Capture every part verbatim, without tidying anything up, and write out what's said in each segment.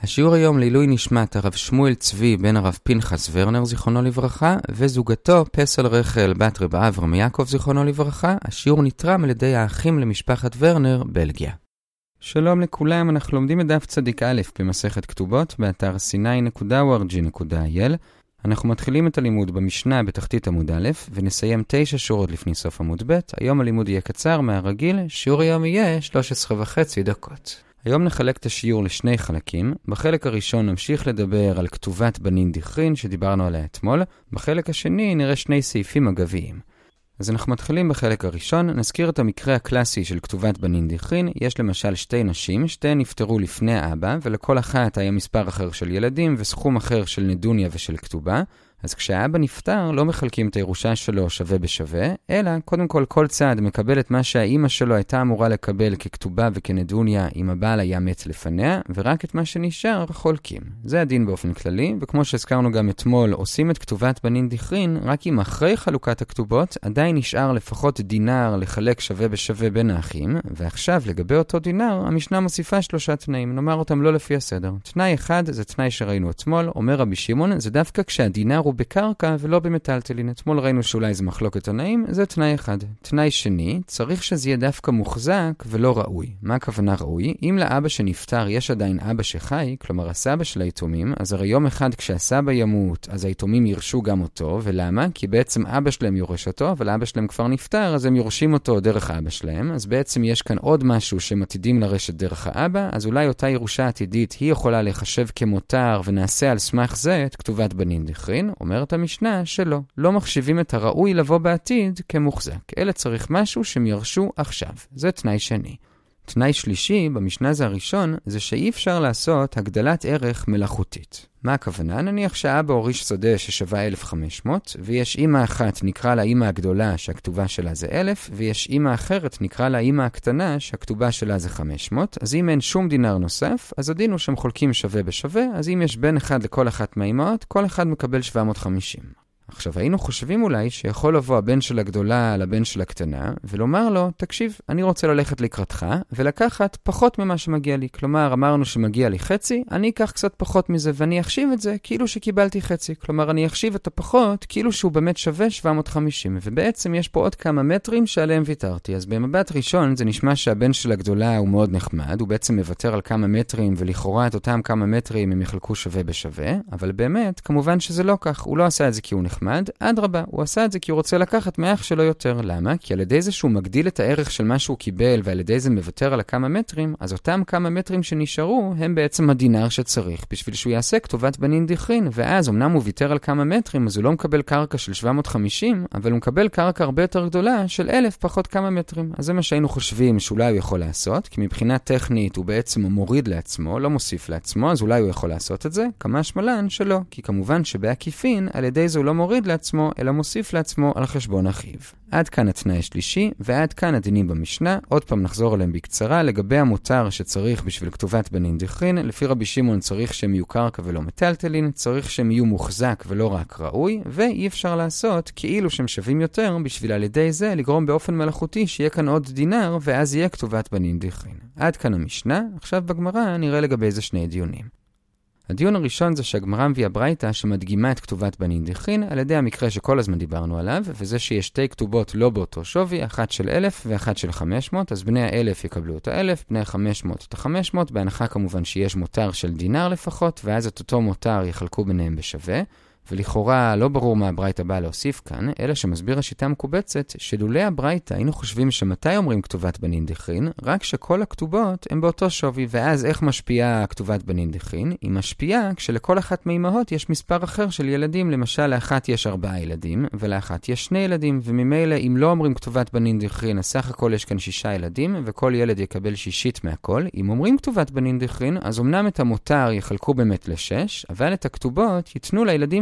השיעור היום לעילוי נשמת הרב שמואל צבי בן הרב פנחס ורנר זיכרונו לברכה וזוגתו פסל רחל בת רב אברהם יעקב זיכרונו לברכה. השיעור נתרם על ידי האחים למשפחת ורנר, בלגיה. שלום לכולם, אנחנו לומדים את דף צדיק א' במסכת כתובות באתר סיני נקודה או אר ג'י נקודה איי אל. אנחנו מתחילים את הלימוד במשנה בתחתית עמוד א' ונסיים תשע שורות לפני סוף עמוד ב'. היום הלימוד יהיה קצר מהרגיל, שיעור היום יהיה שלוש עשרה וחצי דקות. היום נחלק את השיעור לשני חלקים. בחלק הראשון נמשיך לדבר על כתובת בנין דיכרין שדיברנו עליה אתמול. בחלק השני נראה שני סעיפים אגביים. אז אנחנו מתחילים בחלק הראשון, נזכיר את המקרה הקלאסי של כתובת בנין דיכרין. יש למשל שתי נשים, שתיהן נפטרו לפני האבא, ולכל אחת היה מספר אחר של ילדים וסכום אחר של נדוניה ושל כתובה. אז כשהאבא נפטר, לא מחלקים את הירושה שלו שווה בשווה, אלא קודם כל כל צד מקבל את מה שהאימא שלו הייתה אמורה לקבל ככתובה וכנדוניה אם הבעל היה מת לפניה, ורק את מה שנשאר חולקים. זה הדין באופן כללי, וכמו שהזכרנו גם אתמול, עושים את כתובת בנין דיכרין, רק אם אחרי חלוקת הכתובות עדיין נשאר לפחות דינר לחלק שווה בשווה בין האחים, ועכשיו לגבי אותו דינר, המשנה מוסיפה שלושה תנאים, נאמר אותם לא לפי הסדר. תנאי אחד זה תנאי שראינו אתמול, אומר רבי שמעון, זה דווקא כשהדינר הוא בקרקע ולא במטלטלין. אתמול ראינו שאולי זה מחלוקת תנאים, זה תנאי אחד. תנאי שני, צריך שזה יהיה דווקא מוחזק ולא ראוי. מה הכוונה ראוי? אם לאבא שנפטר יש עדיין אבא שחי, כלומר הסבא של היתומים, אז הרי יום אחד כשהסבא ימות, אז היתומים ירשו גם אותו, ולמה? כי בעצם אבא שלהם יורש אותו, אבל אבא שלהם כבר נפטר, אז הם יורשים אותו דרך האבא שלהם, אז בעצם יש כאן עוד משהו שמתידים לרשת דרך האבא, אז אולי אותה ירושה עתידית היא יכולה לחשב כמותר, ונעשה על סמך זה את כתובת בנין דיכרין. אומרת המשנה שלא, לא מחשיבים את הראוי לבוא בעתיד כמוחזק, אלא צריך משהו שהם ירשו עכשיו. זה תנאי שני. תנאי שלישי, במשנה זה הראשון, זה שאי אפשר לעשות הגדלת ערך מלאכותית. מה הכוונה? נניח שהאבא הוריש שדה ששווה אלף וחמש מאות, ויש אמא אחת נקרא לה אמא הגדולה שהכתובה שלה זה אלף, ויש אמא אחרת נקרא לה אמא הקטנה שהכתובה שלה זה חמש מאות, אז אם אין שום דינר נוסף, אז הדין הוא שהם חולקים שווה בשווה, אז אם יש בן אחד לכל אחת מהאמהות, כל אחד מקבל שבע מאות וחמישים. עכשיו, היינו חושבים אולי שיכול לבוא הבן של הגדולה על הבן של הקטנה, ולומר לו, תקשיב, אני רוצה ללכת לקראתך, ולקחת פחות ממה שמגיע לי. כלומר, אמרנו שמגיע לי חצי, אני אקח קצת פחות מזה, ואני אחשיב את זה כאילו שקיבלתי חצי. כלומר, אני אחשיב את הפחות כאילו שהוא באמת שווה שבע מאות וחמישים, ובעצם יש פה עוד כמה מטרים שעליהם ויתרתי. אז במבט ראשון זה נשמע שהבן של הגדולה הוא מאוד נחמד, הוא בעצם מוותר על כמה מטרים, ולכאורה את אותם כמה מטרים הם יחלקו שווה בשווה, אבל באמת, כמובן שזה לא כך. הוא לא עשה את זה כי הוא נחמד. אדרבה, הוא עשה את זה כי הוא רוצה לקחת מאח שלו יותר. למה? כי על ידי זה שהוא מגדיל את הערך של מה שהוא קיבל, ועל ידי זה מוותר על הכמה מטרים, אז אותם כמה מטרים שנשארו, הם בעצם הדינר שצריך, בשביל שהוא יעשה כתובת בנין דיכרין, ואז אמנם הוא ויתר על כמה מטרים, אז הוא לא מקבל קרקע של שבע מאות וחמישים, אבל הוא מקבל קרקע הרבה יותר גדולה של אלף פחות כמה מטרים. אז זה מה שהיינו חושבים שאולי הוא יכול לעשות, כי מבחינה טכנית הוא בעצם מוריד לעצמו, לא מוסיף לעצמו, אז אולי הוא יכול לעשות את זה, כמה שמלן שלא, כי כמובן שבעקיפין, על ידי זה הוא לא מוריד לעצמו, אלא מוסיף לעצמו על חשבון אחיו. עד כאן התנאי השלישי, ועד כאן הדינים במשנה. עוד פעם נחזור עליהם בקצרה. לגבי המותר שצריך בשביל כתובת בנין דיכרין, לפי רבי שמעון צריך שהם יהיו קרקע ולא מטלטלין, צריך שהם יהיו מוחזק ולא רק ראוי, ואי אפשר לעשות כאילו שהם שווים יותר, בשביל על ידי זה לגרום באופן מלאכותי שיהיה כאן עוד דינר, ואז יהיה כתובת בנין דיכרין. עד כאן המשנה. עכשיו בגמרא נראה לגבי איזה שני דיונים. הדיון הראשון זה שהגמרא מביאה ברייתא שמדגימה את כתובת בנין דיכרין על ידי המקרה שכל הזמן דיברנו עליו, וזה שיש שתי כתובות לא באותו שווי, אחת של אלף ואחת של חמש מאות, אז בני האלף יקבלו את האלף, בני החמש מאות את החמש מאות, בהנחה כמובן שיש מותר של דינר לפחות, ואז את אותו מותר יחלקו ביניהם בשווה. ולכאורה לא ברור מה הברייתא באה להוסיף כאן, אלא שמסביר השיטה המקובצת שלולא הברייתא היינו חושבים שמתי אומרים כתובת בנין דיכרין, רק שכל הכתובות הן באותו שווי, ואז איך משפיעה כתובת בנין דיכרין? היא משפיעה כשלכל אחת מאימהות יש מספר אחר של ילדים, למשל לאחת יש ארבעה ילדים, ולאחת יש שני ילדים, וממילא אם לא אומרים כתובת בנין דיכרין, אז סך הכל יש כאן שישה ילדים, וכל ילד יקבל שישית מהכל. אם אומרים כתובת בנין דיכרין, אז אמנם את המותר יחלקו באמת לשש, אבל את הכתובות ייתנו לילדים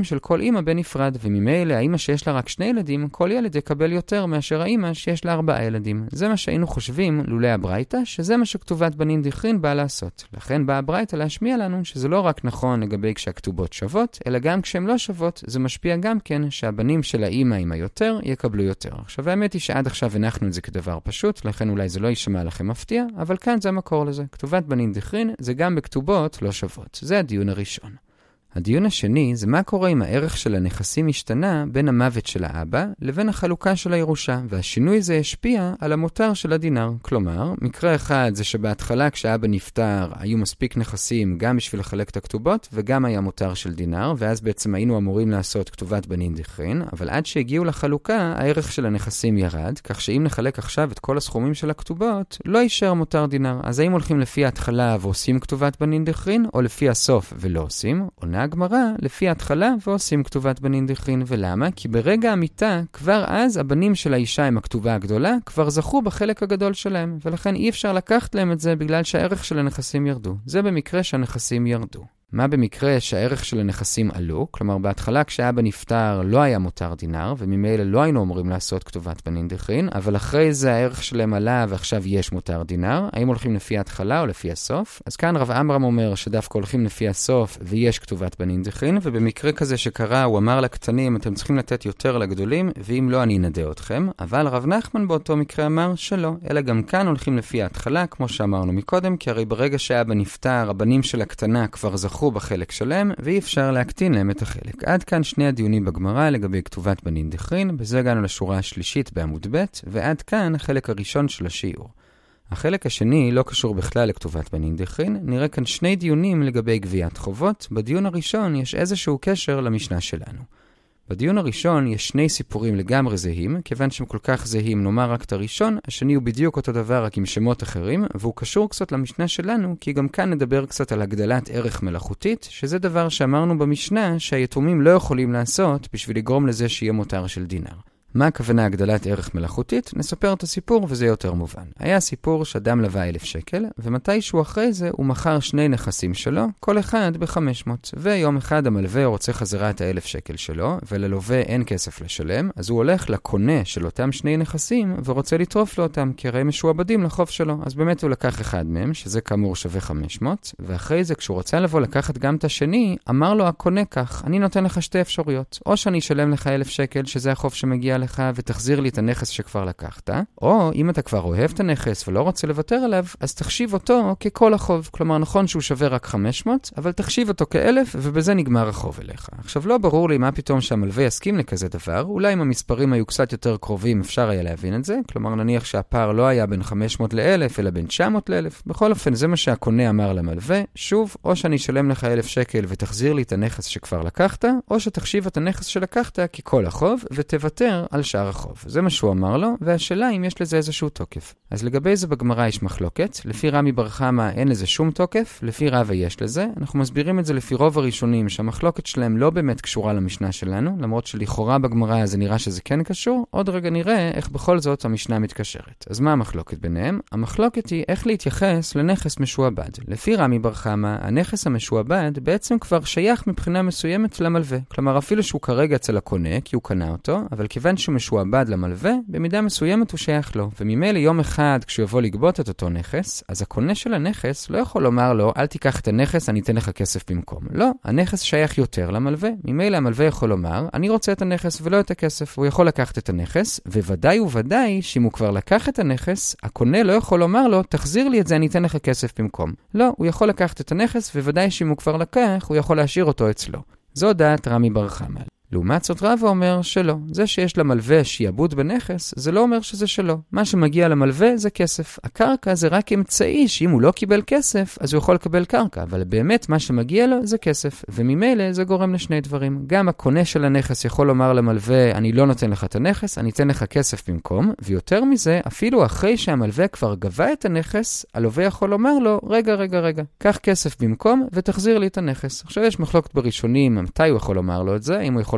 של כל אמא בנפרד, וממילא האמא שיש לה רק שני ילדים, כל ילד יקבל יותר מאשר האמא שיש לה ארבעה ילדים. זה מה שהיינו חושבים, לולא הברייתא, שזה מה שכתובת בנין דיכרין באה לעשות. לכן באה הברייתא להשמיע לנו שזה לא רק נכון לגבי כשהכתובות שוות, אלא גם כשהן לא שוות, זה משפיע גם כן שהבנים של האמא עם היותר יקבלו יותר. עכשיו האמת היא שעד עכשיו הנחנו את זה כדבר פשוט, לכן אולי זה לא יישמע לכם מפתיע, אבל כאן זה המקור לזה. כתובת בנין דיכרין זה גם בכתובות לא שוות. זה הדיון הראשון. הדיון השני זה מה קורה אם הערך של הנכסים השתנה בין המוות של האבא לבין החלוקה של הירושה, והשינוי זה השפיע על המותר של הדינר. כלומר, מקרה אחד זה שבהתחלה כשהאבא נפטר היו מספיק נכסים גם בשביל לחלק את הכתובות וגם היה מותר של דינר, ואז בעצם היינו אמורים לעשות כתובת בנין דיכרין, אבל עד שהגיעו לחלוקה הערך של הנכסים ירד, כך שאם נחלק עכשיו את כל הסכומים של הכתובות לא יישאר מותר דינר. אז האם הולכים לפי ההתחלה ועושים כתובת בנין דיכרין, או לפי הסוף ולא עושים? עונה הגמרא לפי ההתחלה ועושים כתובת בנין דיכרין. ולמה? כי ברגע המיטה כבר אז הבנים של האישה עם הכתובה הגדולה כבר זכו בחלק הגדול שלהם, ולכן אי אפשר לקחת להם את זה בגלל שהערך של הנכסים ירדו. זה במקרה שהנכסים ירדו. מה במקרה שהערך של הנכסים עלו? כלומר, בהתחלה כשאבא נפטר לא היה מותר דינר, וממילא לא היינו אומרים לעשות כתובת בנין דיכרין, אבל אחרי זה הערך שלהם עלה ועכשיו יש מותר דינר. האם הולכים לפי ההתחלה או לפי הסוף? אז כאן רב עמרם אומר שדווקא הולכים לפי הסוף ויש כתובת בנין דיכרין, ובמקרה כזה שקרה הוא אמר לקטנים אתם צריכים לתת יותר לגדולים, ואם לא אני אנדה אתכם. אבל רב נחמן באותו מקרה אמר שלא, אלא גם כאן הולכים לפי ההתחלה, כמו שאמרנו מקודם, כי הרי ברגע שאבא נפטר הבנים של הקטנה כבר זכו בחלק שלהם, ואי אפשר להקטין להם את החלק. עד כאן שני הדיונים בגמרא לגבי כתובת בנין דיכרין, בזה הגענו לשורה השלישית בעמוד ב', ועד כאן החלק הראשון של השיעור. החלק השני לא קשור בכלל לכתובת בנין דיכרין, נראה כאן שני דיונים לגבי גביית חובות. בדיון הראשון יש איזשהו קשר למשנה שלנו. בדיון הראשון יש שני סיפורים לגמרי זהים, כיוון שהם כל כך זהים, נאמר רק את הראשון, השני הוא בדיוק אותו דבר רק עם שמות אחרים, והוא קשור קצת למשנה שלנו, כי גם כאן נדבר קצת על הגדלת ערך מלאכותית, שזה דבר שאמרנו במשנה שהיתומים לא יכולים לעשות בשביל לגרום לזה שיהיה מותר של דינר. מה הכוונה הגדלת ערך מלאכותית? נספר את הסיפור וזה יותר מובן. היה סיפור שאדם לווה אלף שקל, ומתישהו אחרי זה הוא מכר שני נכסים שלו, כל אחד בחמש מאות. ויום אחד המלווה רוצה חזרה את האלף שקל שלו, וללווה אין כסף לשלם, אז הוא הולך לקונה של אותם שני נכסים, ורוצה לטרוף לו אותם, כי הרי משועבדים לחוב שלו. אז באמת הוא לקח אחד מהם, שזה כאמור שווה חמש מאות, ואחרי זה כשהוא רוצה לבוא לקחת גם את השני, אמר לו הקונה כך, אני נותן לך שתי אפשרויות. או שאני אשלם לך אלף שקל, שזה החוב שמגיע לך ותחזיר לי את הנכס שכבר לקחת, או אם אתה כבר אוהב את הנכס ולא רוצה לוותר עליו, אז תחשיב אותו ככל החוב. כלומר, נכון שהוא שווה רק חמש מאות, אבל תחשיב אותו כאלף ובזה נגמר החוב אליך. עכשיו לא ברור לי מה פתאום שהמלווה יסכים לכזה דבר, אולי אם המספרים היו קצת יותר קרובים אפשר היה להבין את זה, כלומר נניח שהפער לא היה בין חמש מאות ל-אלף אלא בין תשע מאות ל-אלף. בכל אופן זה מה שהקונה אמר למלווה, שוב, או שאני אשלם לך אלף שקל ותחזיר לי את הנכס שכבר לקחת, או שתחשיב את הנכס שלקחת ככל החוב ותוותר על שאר החוב. זה מה שהוא אמר לו, והשאלה אם יש לזה איזשהו תוקף. אז לגבי זה בגמרא יש מחלוקת. לפי רמי בר חמא אין לזה שום תוקף, לפי רבא יש לזה. אנחנו מסבירים את זה לפי רוב הראשונים שהמחלוקת שלהם לא באמת קשורה למשנה שלנו, למרות שלכאורה בגמרא זה נראה שזה כן קשור. עוד רגע נראה איך בכל זאת המשנה מתקשרת. אז מה המחלוקת ביניהם? המחלוקת היא איך להתייחס לנכס משועבד. לפי רמי בר חמא, הנכס המשועבד בעצם כבר שייך מבחינה מסוימת למלווה. כלומר אפילו שהוא כרגע אצל הקונה כי הוא קנה אותו, אבל כיוון שהוא משועבד למלווה, במידה מסוימת הוא שייך לו. וממילא יום אחד כשהוא יבוא לגבות את אותו נכס, אז הקונה של הנכס לא יכול לומר לו, אל תיקח את הנכס, אני אתן לך כסף במקום. לא, הנכס שייך יותר למלווה. ממילא המלווה יכול לומר, אני רוצה את הנכס ולא את הכסף. הוא יכול לקחת את הנכס, וודאי וודאי שאם הוא כבר לקח את הנכס, הקונה לא יכול לומר לו, תחזיר לי את זה, אני אתן לך כסף במקום. לא, הוא יכול לקחת את הנכס, וודאי שאם הוא כבר לקח, הוא יכול להשאיר אותו אצלו. זו דעת רמי בר חמא. לעומת זאת רבא אומר שלא. זה שיש למלווה שיעבוד בנכס, זה לא אומר שזה שלו. מה שמגיע למלווה זה כסף. הקרקע זה רק אמצעי שאם הוא לא קיבל כסף, אז הוא יכול לקבל קרקע. אבל באמת מה שמגיע לו זה כסף. וממילא זה גורם לשני דברים. גם הקונה של הנכס יכול לומר למלווה, אני לא נותן לך את הנכס, אני אתן לך כסף במקום. ויותר מזה, אפילו אחרי שהמלווה כבר גבה את הנכס, הלווה יכול לומר לו, רגע, רגע, רגע, קח כסף במקום ותחזיר לי את הנכס. עכשיו יש מחלוקת בראשונים, מתי הוא יכול לומר לו את זה? אם הוא יכול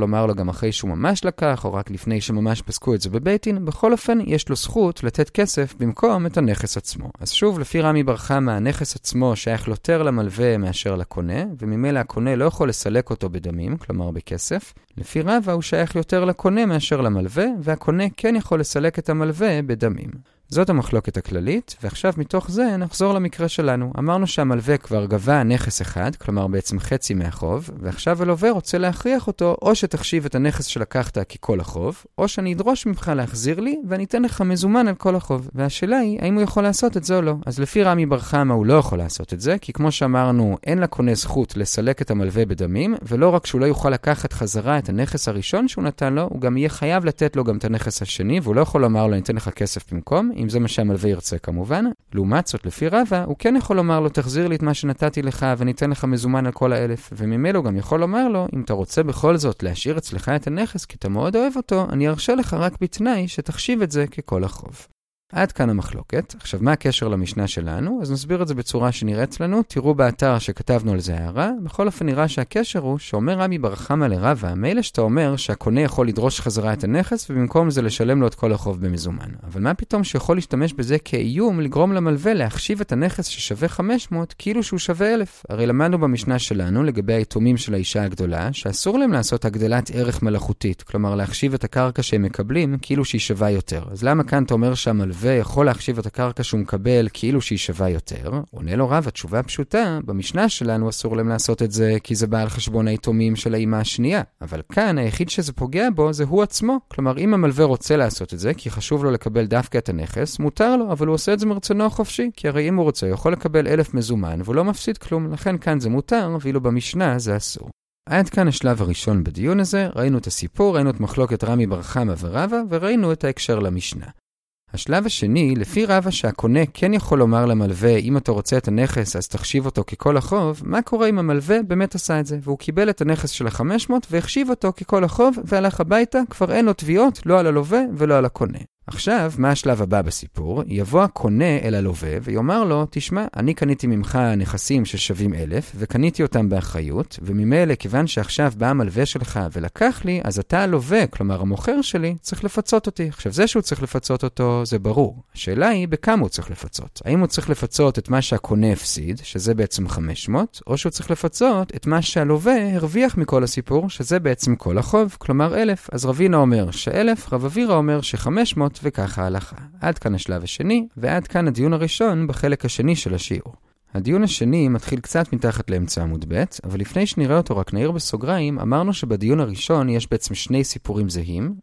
יכול לומר לו גם אחרי שהוא ממש לקח, או רק לפני שממש פסקו את זה בבית דין. בכל אופן, יש לו זכות לתת כסף במקום את הנכס עצמו. אז שוב, לפי רמי בר חמא, הנכס עצמו שייך יותר למלווה מאשר לקונה, וממילא הקונה לא יכול לסלק אותו בדמים, כלומר בכסף. לפי רבא הוא שייך יותר לקונה מאשר למלווה, והקונה כן יכול לסלק את המלווה בדמים. זאת המחלוקת הכללית, ועכשיו מתוך זה נחזור למקרה שלנו. אמרנו שהמלווה כבר גבה נכס אחד, כלומר בעצם חצי מהחוב, ועכשיו הלווה רוצה להכריח אותו, או שתחשיב את הנכס שלקחת ככל החוב, או שאני אדרוש ממך להחזיר לי, ואני אתן לך מזומן על כל החוב. והשאלה היא, האם הוא יכול לעשות את זה או לא? אז לפי רמי בר חמא הוא לא יכול לעשות את זה, כי כמו שאמרנו, אין לקונה זכות לסלק את המלווה בדמים, ולא רק שהוא לא יוכל לקחת חזרה את הנכס הראשון שהוא נתן לו, הוא גם יהיה חייב לתת לו גם את הנכס השני, והוא לא יכול לומר לו, אני אתן לך כסף במקום, אם זה מה שהמלווה ירצה כמובן. לעומת זאת, לפי רבא, הוא כן יכול לומר לו, תחזיר לי את מה שנתתי לך ואני אתן לך מזומן על כל האלף. וממילא הוא גם יכול לומר לו, אם אתה רוצה בכל זאת להשאיר אצלך את הנכס כי אתה מאוד אוהב אותו, אני ארשה לך רק בתנאי שתחשיב את זה ככל החוב. עד כאן המחלוקת. עכשיו, מה הקשר למשנה שלנו? אז נסביר את זה בצורה שנראית לנו. תראו באתר שכתבנו על זה הערה. בכל אופן נראה שהקשר הוא שאומר רמי בר חמא לרבא, מילא שאתה אומר שהקונה יכול לדרוש חזרה את הנכס ובמקום זה לשלם לו את כל החוב במזומן. אבל מה פתאום שיכול להשתמש בזה כאיום לגרום למלווה להחשיב את הנכס ששווה חמש מאות כאילו שהוא שווה אלף? הרי למדנו במשנה שלנו לגבי היתומים של האישה הגדולה שאסור להם לעשות הגדלת ערך מלאכותית, כלומר להחשיב את הקרקע שהם מקבלים כאילו שהיא שווה יותר. אז למה כאן אתה אומר שהמלווה ויכול להחשיב את הקרקע שהוא מקבל כאילו שהיא שווה יותר? עונה לו רב, התשובה פשוטה, במשנה שלנו אסור להם לעשות את זה כי זה בא על חשבון היתומים של האמא השנייה. אבל כאן היחיד שזה פוגע בו זה הוא עצמו. כלומר, אם המלווה רוצה לעשות את זה כי חשוב לו לקבל דווקא את הנכס, מותר לו, אבל הוא עושה את זה מרצונו החופשי. כי הרי אם הוא רוצה, הוא יכול לקבל אלף מזומן והוא לא מפסיד כלום. לכן כאן זה מותר, ואילו במשנה זה אסור. עד כאן השלב הראשון בדיון הזה. ראינו את הסיפור, ראינו את מחלוקת רמי בר חמא ורבא, וראינו את ההקשר למשנה. השלב השני, לפי רבא שהקונה כן יכול לומר למלווה, אם אתה רוצה את הנכס אז תחשיב אותו ככל החוב, מה קורה אם המלווה באמת עשה את זה? והוא קיבל את הנכס של ה-חמש מאות והחשיב אותו ככל החוב והלך הביתה, כבר אין לו תביעות, לא על הלווה ולא על הקונה. עכשיו, מה השלב הבא בסיפור? יבוא הקונה אל הלווה ויאמר לו, תשמע, אני קניתי ממך נכסים ששווים אלף, וקניתי אותם באחריות, וממילא, כיוון שעכשיו בא המלווה שלך ולקח לי, אז אתה הלווה, כלומר המוכר שלי, צריך לפצות אותי. עכשיו, זה שהוא צריך לפצות אותו, זה ברור. השאלה היא, בכמה הוא צריך לפצות? האם הוא צריך לפצות את מה שהקונה הפסיד, שזה בעצם חמש מאות, או שהוא צריך לפצות את מה שהלווה הרוויח מכל הסיפור, שזה בעצם כל החוב, כלומר אלף. אז רבינה אומר שאלף, רב אבירה אומר שחמש מאות, וככה הלכה. עד כאן השלב השני, ועד כאן הדיון הראשון בחלק השני של השיעור. הדיון השני מתחיל קצת מתחת לאמצע עמוד ב', אבל לפני שנראה אותו רק נעיר בסוגריים, אמרנו שבדיון הראשון יש בעצם שני סיפורים זהים.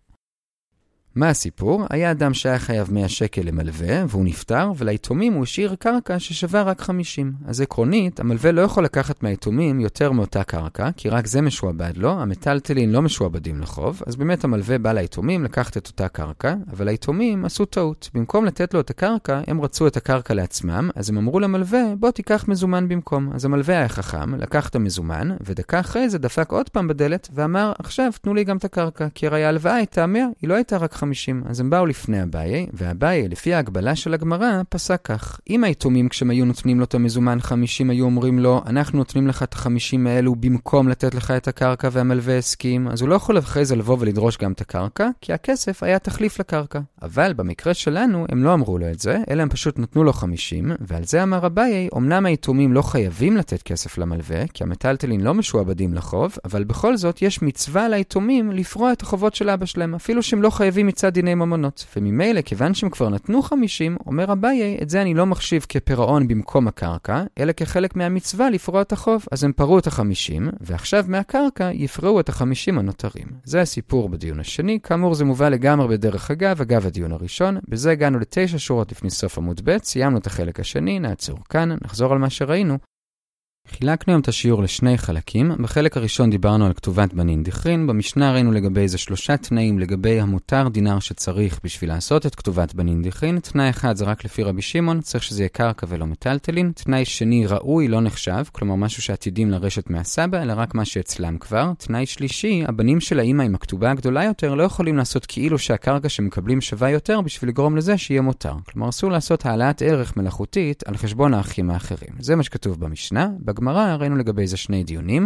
מה הסיפור? היה אדם שהיה חייב מאה שקל למלווה, והוא נפטר, וליתומים הוא השאיר קרקע ששווה רק חמישים. אז עקרונית, המלווה לא יכול לקחת מהיתומים יותר מאותה קרקע, כי רק זה משועבד לו, המטלטלין לא משועבדים לחוב, אז באמת המלווה בא ליתומים לקחת את אותה קרקע, אבל היתומים עשו טעות. במקום לתת לו את הקרקע, הם רצו את הקרקע לעצמם, אז הם אמרו למלווה, בוא תיקח מזומן במקום. אז המלווה היה חכם, לקח את המזומן, ודקה אחרי זה דפק עוד פעם בדלת, ואמר, עכשיו תנו לי גם את הקרקע, כי הרי ההלוואה הייתה מאה, היא לא הייתה רק חמישים. אז הם באו לפני אביי, ואביי, לפי ההגבלה של הגמרא, פסק כך. אם היתומים כשהם היו נותנים לו את המזומן חמישים, היו אומרים לו, אנחנו נותנים לך את החמישים האלו במקום לתת לך את הקרקע, והמלווה הסכים, אז הוא לא יכול אחרי זה לבוא ולדרוש גם את הקרקע, כי הכסף היה תחליף לקרקע. אבל במקרה שלנו, הם לא אמרו לו את זה, אלא הם פשוט נתנו לו חמישים, ועל זה אמר אביי, אמנם היתומים לא חייבים לתת כסף למלווה, כי המטלטלין לא משועבדים לחוב, אבל בכל זאת יש מצווה ליתומים לפרוע את החובות של אבא שלהם, אפילו שהם לא חייבים מצד דיני ממונות. וממילא, כיוון שהם כבר נתנו חמישים, אומר אביי, את זה אני לא מחשיב כפירעון במקום הקרקע, אלא כחלק מהמצווה לפרוע את החוב. אז הם פרעו את החמישים, ועכשיו מהקרקע יפרעו את החמישים הנותרים. זה הסיפור בדיון השני. כאמור, זה מובא לגמרי בדרך אגב, אגב הדיון הראשון. בזה הגענו לתשע שורות לפני סוף עמוד ב', סיימנו את החלק השני, נעצור כאן, נחזור על מה שראינו. חילקנו היום את השיעור לשני חלקים. בחלק הראשון דיברנו על כתובת בנין דיכרין. במשנה ראינו לגבי איזה שלושה תנאים לגבי המותר דינר שצריך בשביל לעשות את כתובת בנין דיכרין. תנאי אחד זה רק לפי רבי שמעון, צריך שזה יהיה קרקע ולא מטלטלין. תנאי שני ראוי לא נחשב, כלומר משהו שעתידים לרשת מהסבא, אלא רק מה שאצלם כבר. תנאי שלישי, הבנים של האמא עם הכתובה הגדולה יותר לא יכולים לעשות כאילו שהקרקע שמקבלים שווה יותר בשביל לגרום לזה שיהיה מותר. כלומר אסור לעשות העלאת ערך מלאכותית על חשבון האחים האחרים. זה מה שכתוב במשנה. בגמרא ראינו לגבי זה שני דיונים.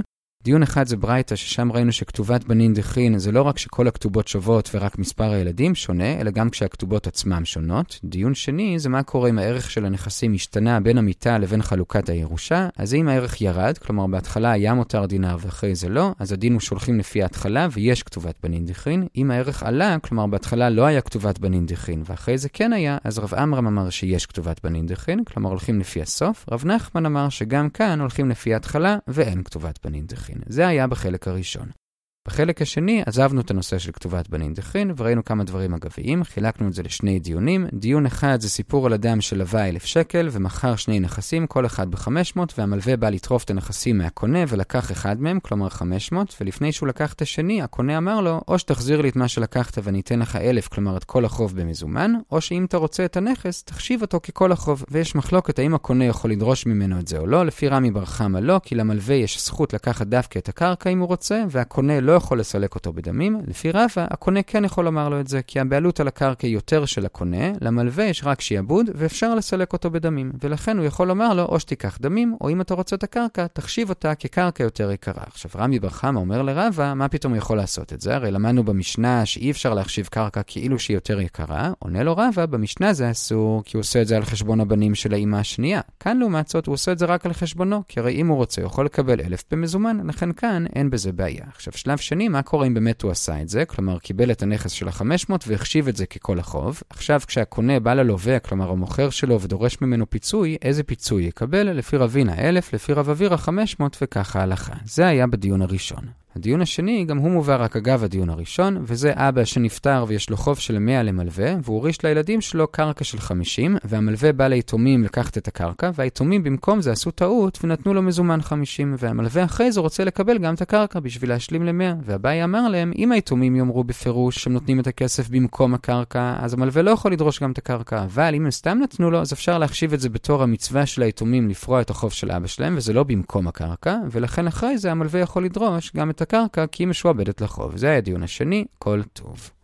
דיון אחד זה ברייתא, ששם ראינו שכתובת בנין דכרין זה לא רק שכל הכתובות שוות ורק מספר הילדים שונה, אלא גם כשהכתובות עצמם שונות. דיון שני זה מה קורה אם הערך של הנכסים השתנה בין המיטה לבין חלוקת הירושה. אז אם הערך ירד, כלומר בהתחלה היה מותר דינר ואחרי זה לא, אז הדין הוא שולחים לפי ההתחלה ויש כתובת בנין דכרין. אם הערך עלה, כלומר בהתחלה לא היה כתובת בנין דכרין ואחרי זה כן היה, אז רב עמרם אמר שיש כתובת בנין דכרין, כלומר הולכים לפי הסוף. רב נחמן אמר שגם כאן הולכים לפי ההתחלה ואין כתובת בנין דכרין. זה היה בחלק הראשון. בחלק השני עזבנו את הנושא של כתובת בנין דכרין וראינו כמה דברים אגביים, חילקנו את זה לשני דיונים. דיון אחד זה סיפור על אדם שלווה אלף שקל ומכר שני נכסים, כל אחד ב-חמש מאות, והמלווה בא לטרוף את הנכסים מהקונה ולקח אחד מהם, כלומר חמש מאות, ולפני שהוא לקח את השני, הקונה אמר לו, או שתחזיר לי את מה שלקחת ואני אתן לך אלף, כלומר את כל החוב במזומן, או שאם אתה רוצה את הנכס, תחשיב אותו ככל החוב. ויש מחלוקת האם הקונה יכול לדרוש ממנו את זה או לא. לפי רמי בר חמא לא, כי למלווה יש זכות לקחת דווקא את הקרקע אם הוא רוצה, והקונה לא יכול לסלק אותו בדמים. לפי רבא, הקונה כן יכול לומר לו את זה, כי הבעלות על הקרקע יותר של הקונה, למלווה יש רק שיעבוד, ואפשר לסלק אותו בדמים. ולכן הוא יכול לומר לו, או שתיקח דמים, או אם אתה רוצה את הקרקע, תחשיב אותה כקרקע יותר יקרה. עכשיו, רמי בר חמא אומר לרבא, מה פתאום הוא יכול לעשות את זה? הרי למדנו במשנה שאי אפשר להחשיב קרקע כאילו שהיא יותר יקרה. עונה לו רבא, במשנה זה אסור, כי הוא עושה את זה על חשבון הבנים של האמא השנייה. כאן לעומת זאת, הוא עושה את זה רק על חשבונו, כי הרי אם הוא רוצה, הוא יכול לקבל אלף במזומן, לכן כאן אין בזה בעיה. עכשיו, שלב שני, מה קורה אם באמת הוא עשה את זה? כלומר, קיבל את הנכס של ה-חמש מאות והחשיב את זה ככל החוב. עכשיו, כשהקונה בא ללווה, כלומר, המוכר שלו ודורש ממנו פיצוי, איזה פיצוי יקבל? לפי רבינה אלף, לפי רב אבירא חמש מאות וככה הלכה. זה היה בדיון הראשון. הדיון השני, גם הוא מובא רק אגב הדיון הראשון, וזה אבא שנפטר ויש לו חוב של מאה למלווה, והוא הוריש לילדים שלו קרקע של חמישים, והמלווה בא ליתומים לקחת את הקרקע, והיתומים במקום זה עשו טעות ונתנו לו מזומן חמישים, והמלווה אחרי זה רוצה לקבל גם את הקרקע בשביל להשלים ל-מאה, והבאי אמר להם, אם היתומים יאמרו בפירוש שהם נותנים את הכסף במקום הקרקע, אז המלווה לא יכול לדרוש גם את הקרקע, אבל אם הם סתם נתנו לו, אז אפשר להחשיב את זה בתור המצווה של היתומים לפרוע את החוב של אבא שלהם, וזה לא במקום הקרקע, ולכן אחרי זה המלווה יכול לדרוש גם את הקרקע כי היא משועבדת לחוב. זה היה הדיון השני, כל טוב.